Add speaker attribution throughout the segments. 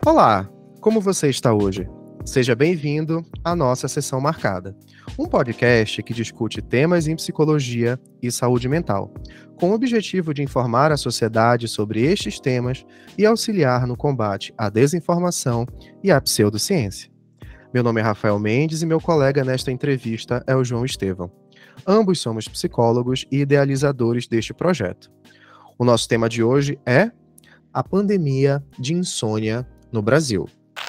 Speaker 1: Olá, como você está hoje? Seja bem-vindo à nossa Sessão Marcada, um podcast que discute temas em psicologia e saúde mental, com o objetivo de informar a sociedade sobre estes temas e auxiliar no combate à desinformação e à pseudociência. Meu nome é Rafael Mendes e meu colega nesta entrevista é o João Estevão. Ambos somos psicólogos e idealizadores deste projeto. O nosso tema de hoje é a pandemia de insônia no Brasil.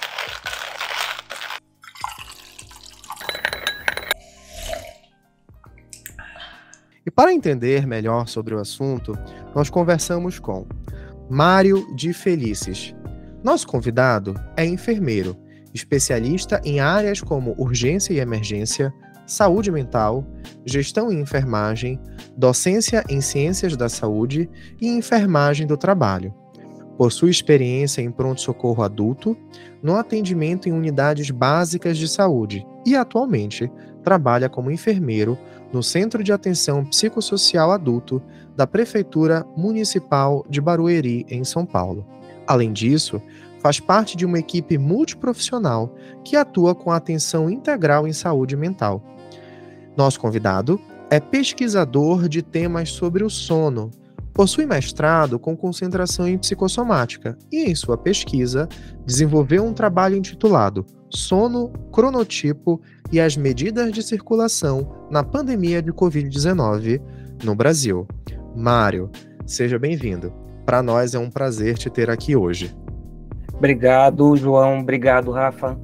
Speaker 1: E para entender melhor sobre o assunto, nós conversamos com Mário de Felices. Nosso convidado é enfermeiro, especialista em áreas como urgência e emergência, saúde mental, gestão e enfermagem, docência em ciências da saúde e enfermagem do trabalho. Possui experiência em pronto-socorro adulto, no atendimento em unidades básicas de saúde e, atualmente, trabalha como enfermeiro no Centro de Atenção Psicossocial Adulto da Prefeitura Municipal de Barueri, em São Paulo. Além disso, faz parte de uma equipe multiprofissional que atua com atenção integral em saúde mental. Nosso convidado é pesquisador de temas sobre o sono, possui mestrado com concentração em psicossomática e, em sua pesquisa, desenvolveu um trabalho intitulado Sono, Cronotipo e as Medidas de Circulação na Pandemia de Covid-19 no Brasil. Mário, seja bem-vindo. Para nós é um prazer te ter aqui hoje.
Speaker 2: Obrigado, João. Obrigado, Rafa.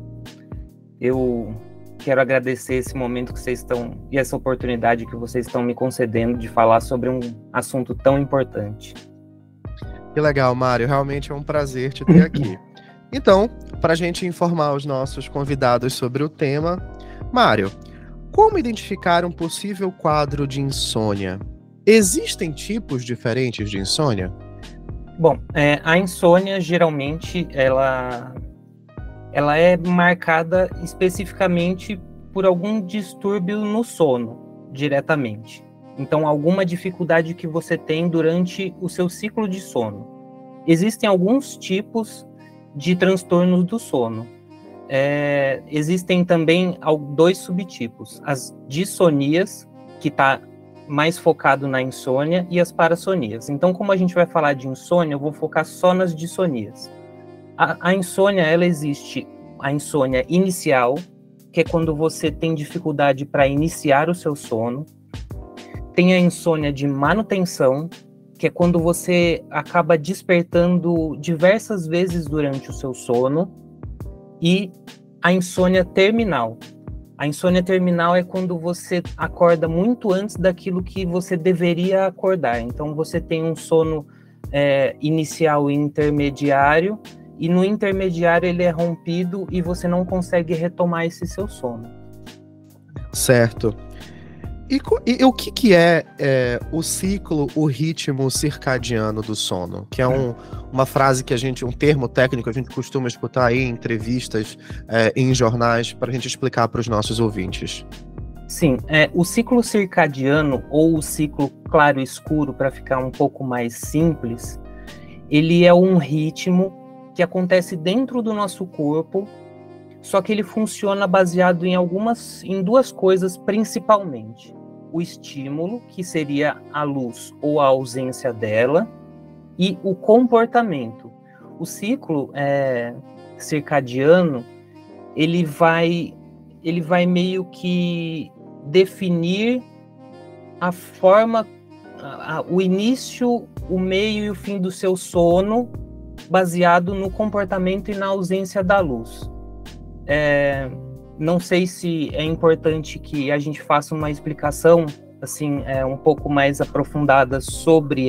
Speaker 2: Eu quero agradecer esse momento que vocês estão e essa oportunidade que vocês estão me concedendo de falar sobre um assunto tão importante.
Speaker 1: Que legal, Mário. Realmente é um prazer te ter aqui. Então, para a gente informar os nossos convidados sobre o tema, Mário, como identificar um possível quadro de insônia? Existem tipos diferentes de insônia?
Speaker 2: Bom, a insônia geralmente ela é marcada especificamente por algum distúrbio no sono, diretamente. Então, alguma dificuldade que você tem durante o seu ciclo de sono. Existem alguns tipos de transtornos do sono. Existem também dois subtipos, as dissonias, que está mais focado na insônia, e as parassonias. Então, como a gente vai falar de insônia, eu vou focar só nas dissonias. A insônia, ela existe, a insônia inicial, que é quando você tem dificuldade para iniciar o seu sono. Tem a insônia de manutenção, que é quando você acaba despertando diversas vezes durante o seu sono. E a insônia terminal. A insônia terminal é quando você acorda muito antes daquilo que você deveria acordar. Então, você tem um sono inicial e intermediário, e no intermediário ele é rompido e você não consegue retomar esse seu sono.
Speaker 1: Certo. E o que é o ciclo, o ritmo circadiano do sono? Que é uma frase que um termo técnico a gente costuma escutar aí em entrevistas, em jornais, para a gente explicar para os nossos ouvintes.
Speaker 2: Sim, o ciclo circadiano, ou o ciclo claro-escuro, para ficar um pouco mais simples, ele é um ritmo que acontece dentro do nosso corpo, só que ele funciona baseado em duas coisas principalmente. O estímulo, que seria a luz ou a ausência dela, e o comportamento. O ciclo circadiano, ele vai meio que definir a forma, o início, o meio e o fim do seu sono, baseado no comportamento e na ausência da luz. Não sei se é importante que a gente faça uma explicação assim, um pouco mais aprofundada sobre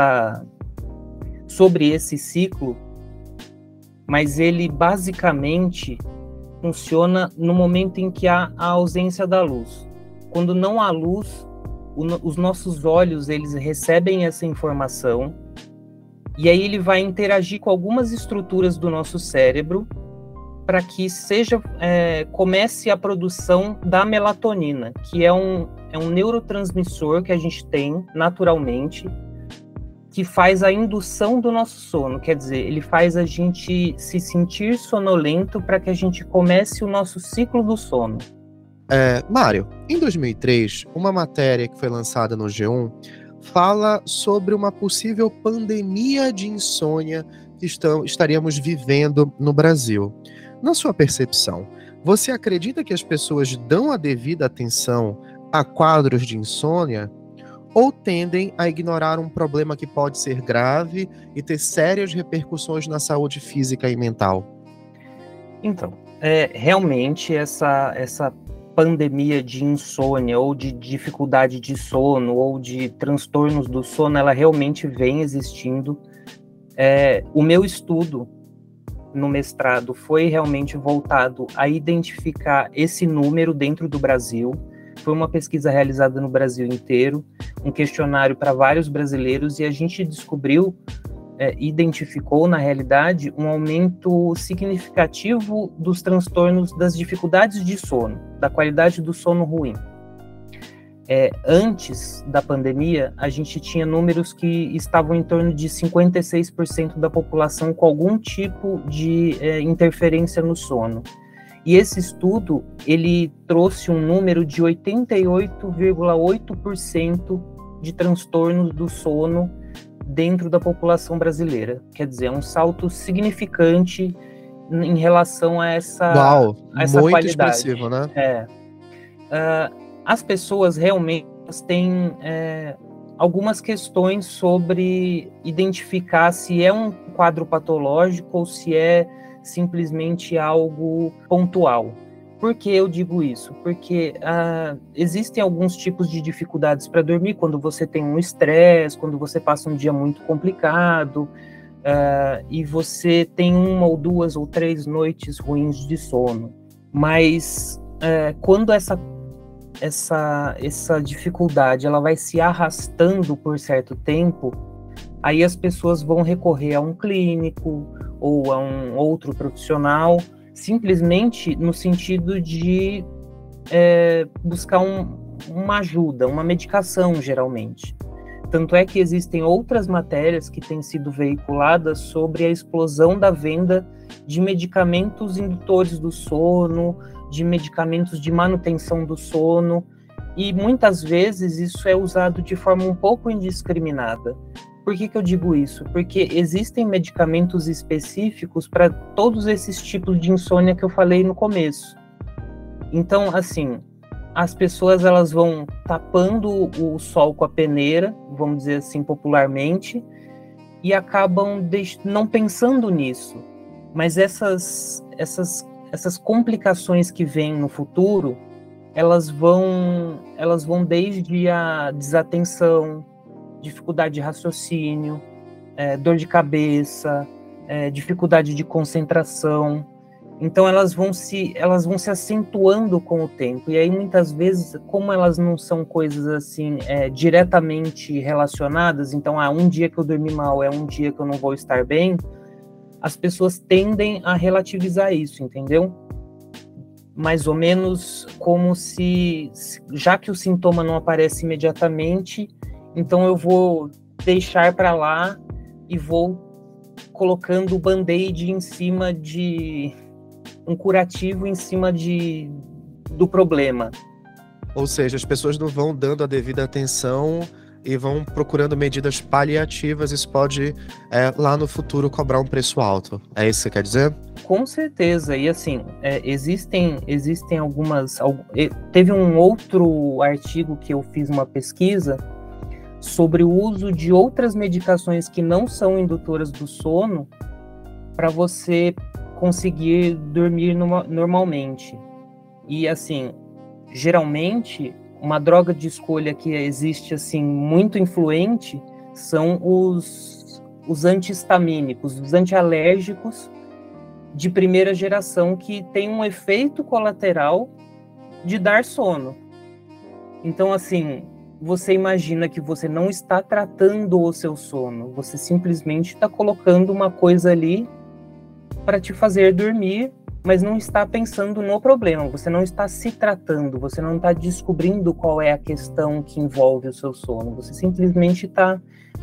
Speaker 2: esse ciclo, mas ele basicamente funciona no momento em que há a ausência da luz. Quando não há luz, os nossos olhos eles recebem essa informação e aí ele vai interagir com algumas estruturas do nosso cérebro para que comece a produção da melatonina, que é um neurotransmissor que a gente tem naturalmente, que faz a indução do nosso sono, quer dizer, ele faz a gente se sentir sonolento para que a gente comece o nosso ciclo do sono.
Speaker 1: Mário, em 2003, uma matéria que foi lançada no G1 fala sobre uma possível pandemia de insônia que estaríamos vivendo no Brasil. Na sua percepção, você acredita que as pessoas dão a devida atenção a quadros de insônia ou tendem a ignorar um problema que pode ser grave e ter sérias repercussões na saúde física e mental?
Speaker 2: Então, realmente essa pandemia de insônia ou de dificuldade de sono ou de transtornos do sono, ela realmente vem existindo. O meu estudo no mestrado foi realmente voltado a identificar esse número dentro do Brasil. Foi uma pesquisa realizada no Brasil inteiro, um questionário para vários brasileiros, e a gente descobriu, identificou na realidade um aumento significativo dos transtornos, das dificuldades de sono, da qualidade do sono ruim. Antes da pandemia, a gente tinha números que estavam em torno de 56% da população com algum tipo de interferência no sono. E esse estudo, ele trouxe um número de 88,8% de transtornos do sono dentro da população brasileira. Quer dizer, é um salto significante em relação a essa
Speaker 1: muito
Speaker 2: qualidade.
Speaker 1: Expressivo, né?
Speaker 2: As pessoas realmente têm algumas questões sobre identificar se é um quadro patológico ou se é simplesmente algo pontual. Por que eu digo isso? Porque existem alguns tipos de dificuldades para dormir quando você tem um estresse, quando você passa um dia muito complicado, e você tem 1 ou 2 ou 3 noites ruins de sono. Mas quando essa dificuldade ela vai se arrastando por certo tempo, aí as pessoas vão recorrer a um clínico ou a um outro profissional, simplesmente no sentido de buscar uma ajuda, uma medicação, geralmente. Tanto é que existem outras matérias que têm sido veiculadas sobre a explosão da venda de medicamentos indutores do sono, de medicamentos de manutenção do sono, e muitas vezes isso é usado de forma um pouco indiscriminada. Por que eu digo isso? Porque existem medicamentos específicos para todos esses tipos de insônia que eu falei no começo. Então, assim, as pessoas elas vão tapando o sol com a peneira, vamos dizer assim popularmente, e acabam não pensando nisso. Mas essas complicações que vêm no futuro, elas vão desde a desatenção, dificuldade de raciocínio, dor de cabeça, dificuldade de concentração. Então elas vão se acentuando com o tempo. E aí muitas vezes, como elas não são coisas assim diretamente relacionadas, então um dia que eu dormi mal é um dia que eu não vou estar bem, as pessoas tendem a relativizar isso, entendeu? Mais ou menos como se já que o sintoma não aparece imediatamente, então eu vou deixar para lá e vou colocando o band-aid em cima de um curativo em cima do problema.
Speaker 1: Ou seja, as pessoas não vão dando a devida atenção e vão procurando medidas paliativas. Isso pode, lá no futuro, cobrar um preço alto. É isso que você quer dizer?
Speaker 2: Com certeza. E assim, existem algumas... Teve um outro artigo que eu fiz uma pesquisa sobre o uso de outras medicações que não são indutoras do sono para você conseguir dormir normalmente. E assim, geralmente, uma droga de escolha que existe assim muito influente são os antihistamínicos, os antialérgicos de primeira geração, que tem um efeito colateral de dar sono. Então, assim, você imagina que você não está tratando o seu sono, você simplesmente está colocando uma coisa ali para te fazer dormir, mas não está pensando no problema, você não está se tratando, você não está descobrindo qual é a questão que envolve o seu sono, você simplesmente está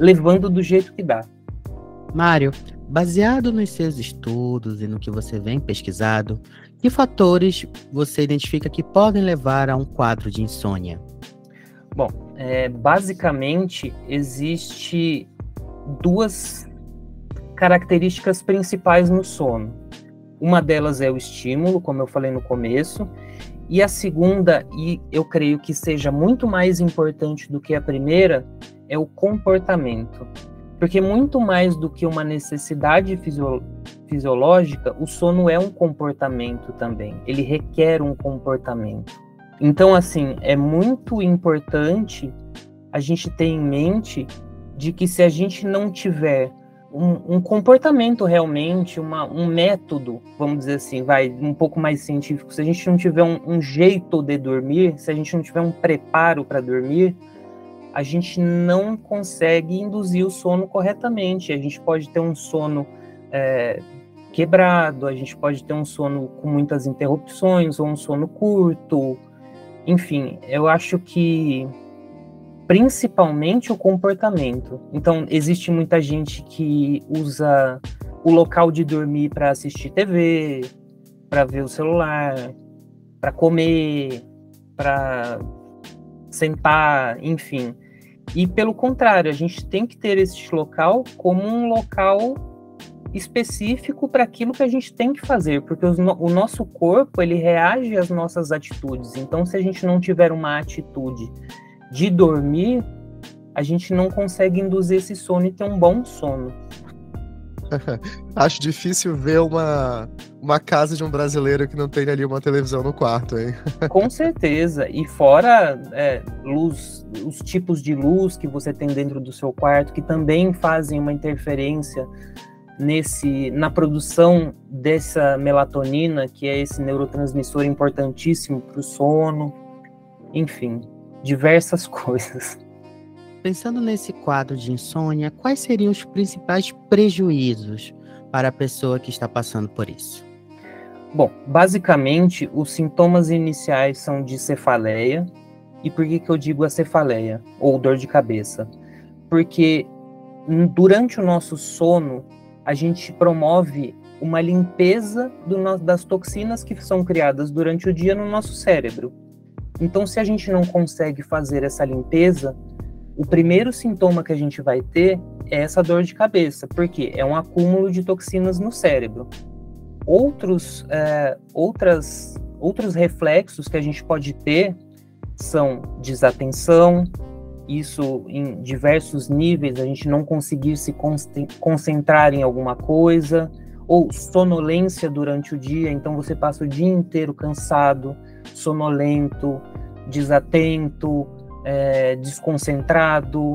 Speaker 2: levando do jeito que dá.
Speaker 3: Mário, baseado nos seus estudos e no que você vem pesquisado, que fatores você identifica que podem levar a um quadro de insônia?
Speaker 2: Bom, basicamente existe duas características principais no sono. Uma delas é o estímulo, como eu falei no começo, e a segunda, e eu creio que seja muito mais importante do que a primeira, é o comportamento. Porque muito mais do que uma necessidade fisiológica, o sono é um comportamento também. Ele requer um comportamento. Então, assim, é muito importante a gente ter em mente de que se a gente não tiver um comportamento realmente, um método, vamos dizer assim, um pouco mais científico, se a gente não tiver um jeito de dormir, se a gente não tiver um preparo para dormir, a gente não consegue induzir o sono corretamente. A gente pode ter um sono quebrado, a gente pode ter um sono com muitas interrupções, ou um sono curto. Enfim, eu acho que principalmente o comportamento. Então, existe muita gente que usa o local de dormir para assistir TV, para ver o celular, para comer, para sentar, enfim. E pelo contrário, a gente tem que ter esse local como um local específico para aquilo que a gente tem que fazer, porque o nosso corpo, ele reage às nossas atitudes. Então, se a gente não tiver uma atitude de dormir, a gente não consegue induzir esse sono e ter um bom sono.
Speaker 1: Acho difícil ver uma casa de um brasileiro que não tem ali uma televisão no quarto, hein?
Speaker 2: Com certeza. E fora luz, os tipos de luz que você tem dentro do seu quarto, que também fazem uma interferência na produção dessa melatonina, que é esse neurotransmissor importantíssimo para o sono. Enfim, diversas coisas.
Speaker 3: Pensando nesse quadro de insônia, quais seriam os principais prejuízos para a pessoa que está passando por isso?
Speaker 2: Bom, basicamente, os sintomas iniciais são de cefaleia. E por que eu digo a cefaleia, ou dor de cabeça? Porque durante o nosso sono, a gente promove uma limpeza das toxinas que são criadas durante o dia no nosso cérebro. Então, se a gente não consegue fazer essa limpeza, o primeiro sintoma que a gente vai ter é essa dor de cabeça, porque é um acúmulo de toxinas no cérebro. Outros reflexos que a gente pode ter são desatenção, isso em diversos níveis, a gente não conseguir se concentrar em alguma coisa, ou sonolência durante o dia, então você passa o dia inteiro cansado, sonolento, desatento, desconcentrado,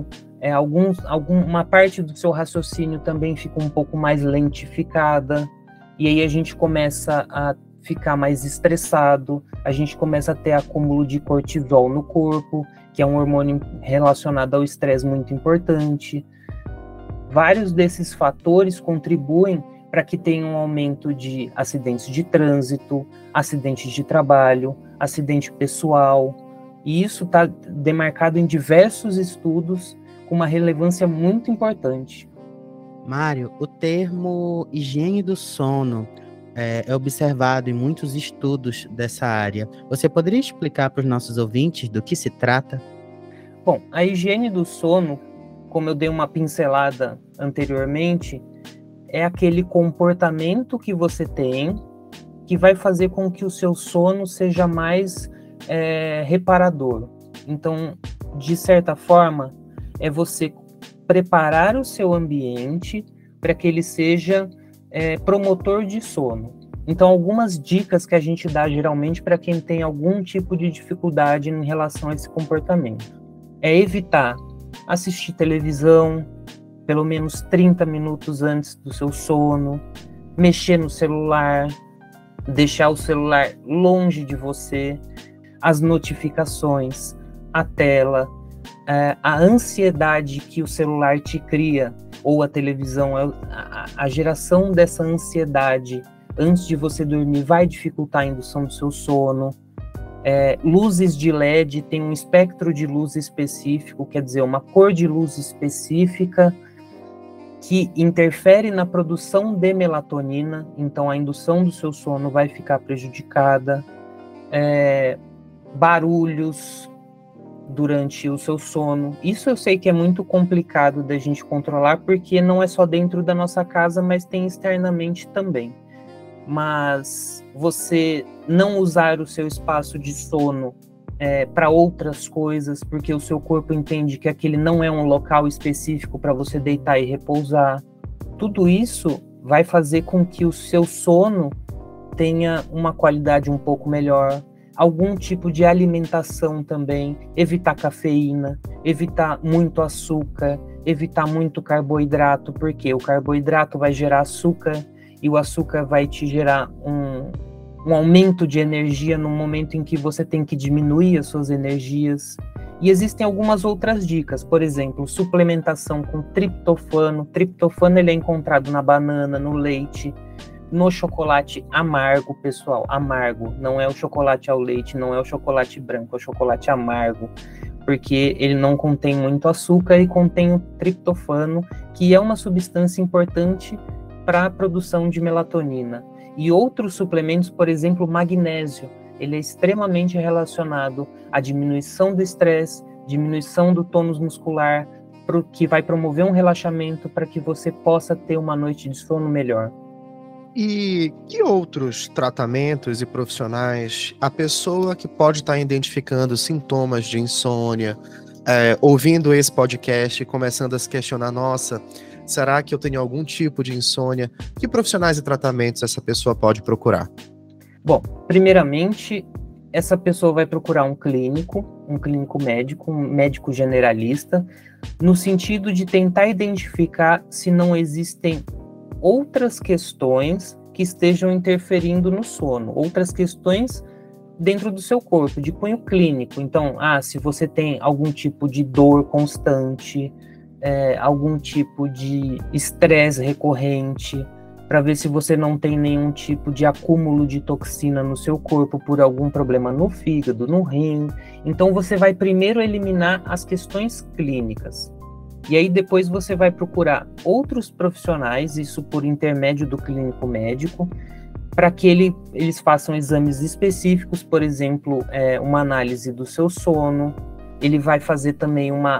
Speaker 2: uma parte do seu raciocínio também fica um pouco mais lentificada, e aí a gente começa a ficar mais estressado, a gente começa a ter acúmulo de cortisol no corpo, que é um hormônio relacionado ao estresse muito importante. Vários desses fatores contribuem para que tenha um aumento de acidentes de trânsito, acidentes de trabalho, acidente pessoal, e isso está demarcado em diversos estudos com uma relevância muito importante.
Speaker 3: Mário, o termo higiene do sono é observado em muitos estudos dessa área. Você poderia explicar para os nossos ouvintes do que se trata?
Speaker 2: Bom, a higiene do sono, como eu dei uma pincelada anteriormente, é aquele comportamento que você tem que vai fazer com que o seu sono seja mais reparador. Então, de certa forma, é você preparar o seu ambiente para que ele seja promotor de sono. Então, algumas dicas que a gente dá geralmente para quem tem algum tipo de dificuldade em relação a esse comportamento é evitar assistir televisão pelo menos 30 minutos antes do seu sono, mexer no celular, deixar o celular longe de você, as notificações, a tela, a ansiedade que o celular te cria, ou a televisão, a geração dessa ansiedade antes de você dormir vai dificultar a indução do seu sono. Luzes de LED tem um espectro de luz específico, quer dizer, uma cor de luz específica que interfere na produção de melatonina, então a indução do seu sono vai ficar prejudicada. Barulhos durante o seu sono, isso eu sei que é muito complicado da gente controlar, porque não é só dentro da nossa casa, mas tem externamente também. Mas você não usar o seu espaço de sono para outras coisas, porque o seu corpo entende que aquele não é um local específico para você deitar e repousar. Tudo isso vai fazer com que o seu sono tenha uma qualidade um pouco melhor. Algum tipo de alimentação também, evitar cafeína, evitar muito açúcar, evitar muito carboidrato, porque o carboidrato vai gerar açúcar, e o açúcar vai te gerar um aumento de energia no momento em que você tem que diminuir as suas energias. E existem algumas outras dicas, por exemplo, suplementação com triptofano. Triptofano ele é encontrado na banana, no leite, no chocolate amargo, pessoal, amargo. Não é o chocolate ao leite, não é o chocolate branco, é o chocolate amargo, porque ele não contém muito açúcar e contém o triptofano, que é uma substância importante para a produção de melatonina. E outros suplementos, por exemplo, o magnésio, ele é extremamente relacionado à diminuição do estresse, diminuição do tônus muscular, que vai promover um relaxamento para que você possa ter uma noite de sono melhor.
Speaker 1: E que outros tratamentos e profissionais a pessoa que pode estar identificando sintomas de insônia, ouvindo esse podcast e começando a se questionar, nossa, será que eu tenho algum tipo de insônia? Que profissionais e tratamentos essa pessoa pode procurar?
Speaker 2: Bom, primeiramente, essa pessoa vai procurar um clínico médico, um médico generalista, no sentido de tentar identificar se não existem outras questões que estejam interferindo no sono, outras questões dentro do seu corpo, de cunho clínico. Então, se você tem algum tipo de dor constante, algum tipo de estresse recorrente, para ver se você não tem nenhum tipo de acúmulo de toxina no seu corpo por algum problema no fígado, no rim. Então, você vai primeiro eliminar as questões clínicas. E aí depois você vai procurar outros profissionais, isso por intermédio do clínico médico, para que eles façam exames específicos, por exemplo, uma análise do seu sono. Ele vai fazer também uma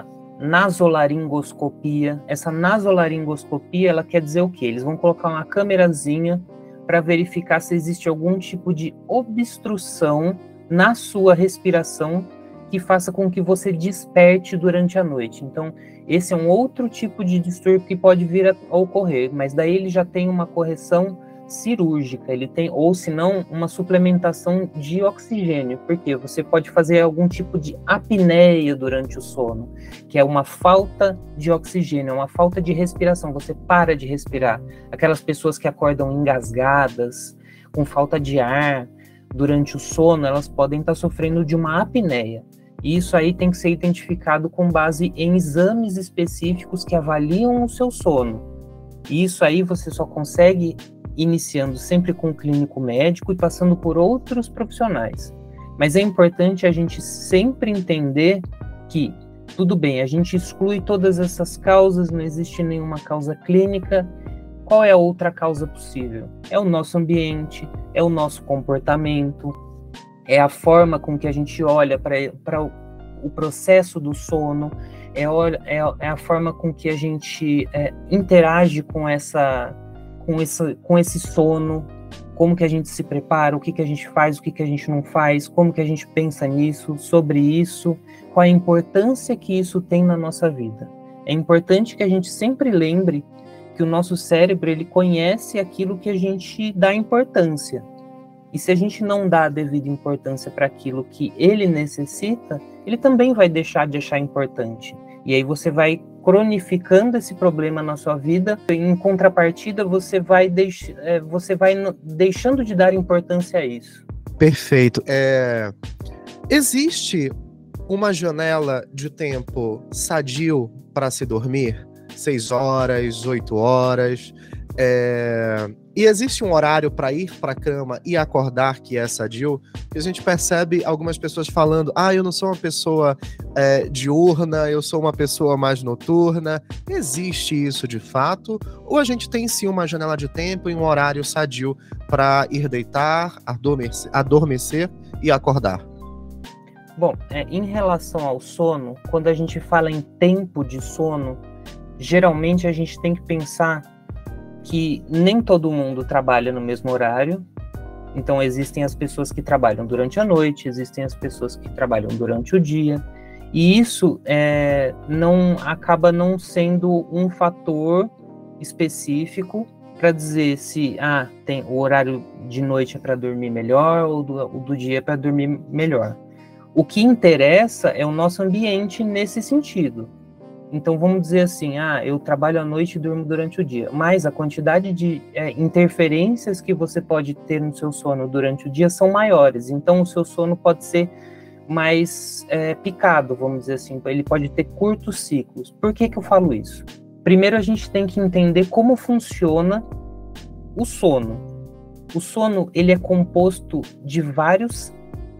Speaker 2: nasolaringoscopia. Essa nasolaringoscopia, ela quer dizer o quê? Eles vão colocar uma câmerazinha para verificar se existe algum tipo de obstrução na sua respiração que faça com que você desperte durante a noite. Então, esse é um outro tipo de distúrbio que pode vir a ocorrer, mas daí ele já tem uma correção cirúrgica, ele tem, ou se não, uma suplementação de oxigênio, porque você pode fazer algum tipo de apneia durante o sono, que é uma falta de oxigênio, uma falta de respiração, você para de respirar. Aquelas pessoas que acordam engasgadas, com falta de ar durante o sono, elas podem estar sofrendo de uma apneia. E isso aí tem que ser identificado com base em exames específicos que avaliam o seu sono. E isso aí você só consegue iniciando sempre com o clínico médico e passando por outros profissionais. Mas é importante a gente sempre entender que, tudo bem, a gente exclui todas essas causas, não existe nenhuma causa clínica. Qual é a outra causa possível? É o nosso ambiente, é o nosso comportamento, é a forma com que a gente olha para o processo do sono, é a forma com que a gente interage com esse sono, como que a gente se prepara, o que que a gente faz, o que que a gente não faz, como que a gente pensa nisso, sobre isso, qual a importância que isso tem na nossa vida. É importante que a gente sempre lembre que o nosso cérebro, ele conhece aquilo que a gente dá importância. E se a gente não dá a devida importância para aquilo que ele necessita, ele também vai deixar de achar importante. E aí você vai cronificando esse problema na sua vida. Em contrapartida, você vai deixando de dar importância a isso.
Speaker 1: Perfeito. Existe uma janela de tempo sadio para se dormir? 6 horas, 8 horas... E existe um horário para ir para a cama e acordar que é sadio? que a gente percebe algumas pessoas falando: ah, eu não sou uma pessoa diurna, eu sou uma pessoa mais noturna. Existe isso de fato? Ou a gente tem sim uma janela de tempo e um horário sadio para ir deitar, adormecer e acordar?
Speaker 2: Bom, em relação ao sono, quando a gente fala em tempo de sono, geralmente a gente tem que pensar que nem todo mundo trabalha no mesmo horário. Então existem as pessoas que trabalham durante a noite, existem as pessoas que trabalham durante o dia, e isso acaba não sendo um fator específico para dizer se tem o horário de noite é para dormir melhor ou do dia é para dormir melhor. O que interessa é o nosso ambiente nesse sentido. Então vamos dizer assim, eu trabalho à noite e durmo durante o dia, mas a quantidade de interferências que você pode ter no seu sono durante o dia são maiores, então o seu sono pode ser mais picado, vamos dizer assim, ele pode ter curtos ciclos. Por que eu falo isso? Primeiro a gente tem que entender como funciona o sono. O sono, ele é composto de vários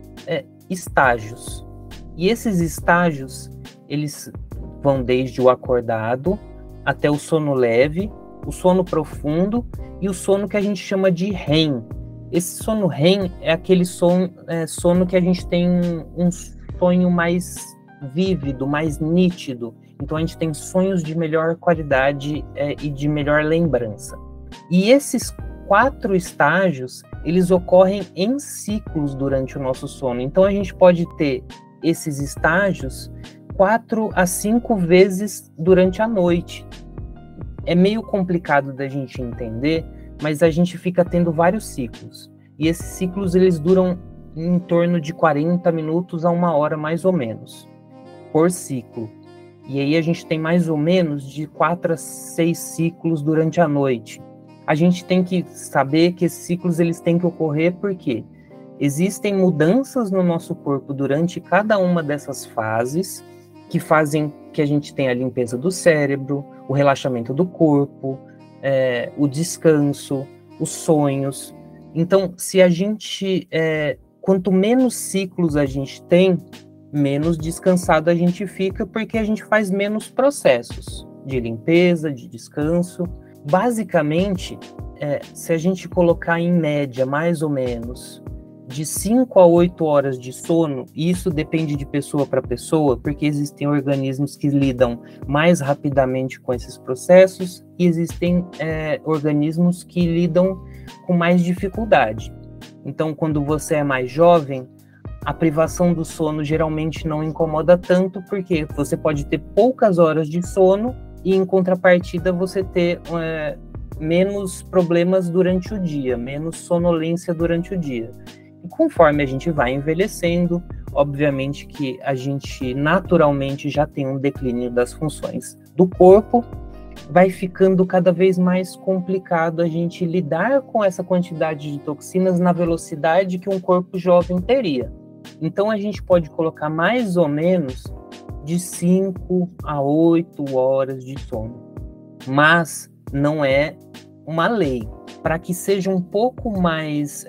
Speaker 2: estágios, e esses estágios, eles vão desde o acordado até o sono leve, o sono profundo e o sono que a gente chama de REM. Esse sono REM é aquele sono que a gente tem um sonho mais vívido, mais nítido. Então a gente tem sonhos de melhor qualidade e de melhor lembrança. E esses 4 estágios, eles ocorrem em ciclos durante o nosso sono. Então a gente pode ter esses estágios 4 a 5 vezes durante a noite. É meio complicado da gente entender, mas a gente fica tendo vários ciclos. E esses ciclos, eles duram em torno de 40 minutos a 1 hora, mais ou menos, por ciclo. E aí a gente tem mais ou menos de 4 a 6 ciclos durante a noite. A gente tem que saber que esses ciclos, eles têm que ocorrer porque existem mudanças no nosso corpo durante cada uma dessas fases, que fazem que a gente tenha a limpeza do cérebro, o relaxamento do corpo, o descanso, os sonhos. Então, se a gente, quanto menos ciclos a gente tem, menos descansado a gente fica, porque a gente faz menos processos de limpeza, de descanso. Basicamente, se a gente colocar em média, mais ou menos, de 5 a 8 horas de sono, e isso depende de pessoa para pessoa, porque existem organismos que lidam mais rapidamente com esses processos e existem organismos que lidam com mais dificuldade. Então, quando você é mais jovem, a privação do sono geralmente não incomoda tanto, porque você pode ter poucas horas de sono e, em contrapartida, você ter menos problemas durante o dia, menos sonolência durante o dia. E conforme a gente vai envelhecendo, obviamente que a gente naturalmente já tem um declínio das funções do corpo, vai ficando cada vez mais complicado a gente lidar com essa quantidade de toxinas na velocidade que um corpo jovem teria. Então a gente pode colocar mais ou menos de 5 a 8 horas de sono, mas não é uma lei. Para que seja um pouco mais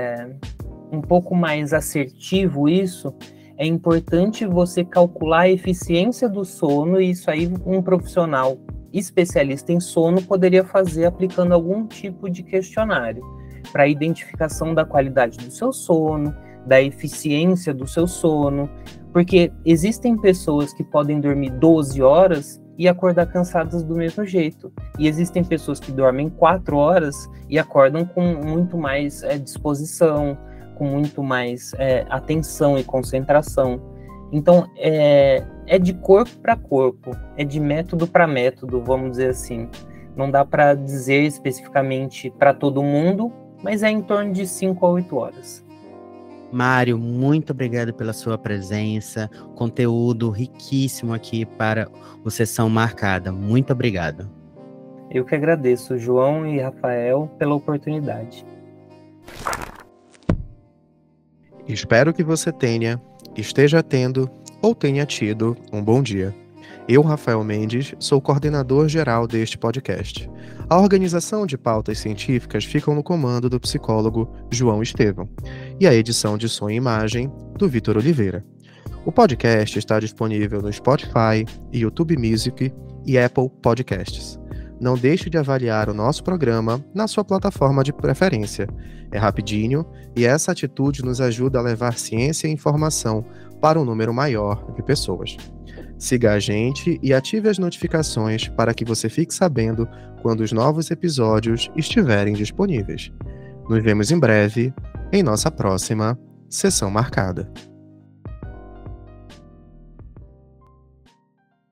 Speaker 2: assertivo isso, é importante você calcular a eficiência do sono, e isso aí um profissional especialista em sono poderia fazer aplicando algum tipo de questionário para identificação da qualidade do seu sono, da eficiência do seu sono, porque existem pessoas que podem dormir 12 horas e acordar cansadas do mesmo jeito, e existem pessoas que dormem 4 horas e acordam com muito mais disposição, com muito mais atenção e concentração. Então, é de corpo para corpo, é de método para método, vamos dizer assim. Não dá para dizer especificamente para todo mundo, mas é em torno de 5 a 8 horas.
Speaker 3: Mário, muito obrigado pela sua presença, conteúdo riquíssimo aqui para o Sessão Marcada. Muito obrigado.
Speaker 2: Eu que agradeço, João e Rafael, pela oportunidade.
Speaker 1: Espero que você esteja tendo ou tenha tido um bom dia. Eu, Rafael Mendes, sou coordenador geral deste podcast. A organização de pautas científicas fica no comando do psicólogo João Estevão e a edição de som e imagem do Vitor Oliveira. O podcast está disponível no Spotify, YouTube Music e Apple Podcasts. Não deixe de avaliar o nosso programa na sua plataforma de preferência. É rapidinho e essa atitude nos ajuda a levar ciência e informação para um número maior de pessoas. Siga a gente e ative as notificações para que você fique sabendo quando os novos episódios estiverem disponíveis. Nos vemos em breve em nossa próxima Sessão Marcada.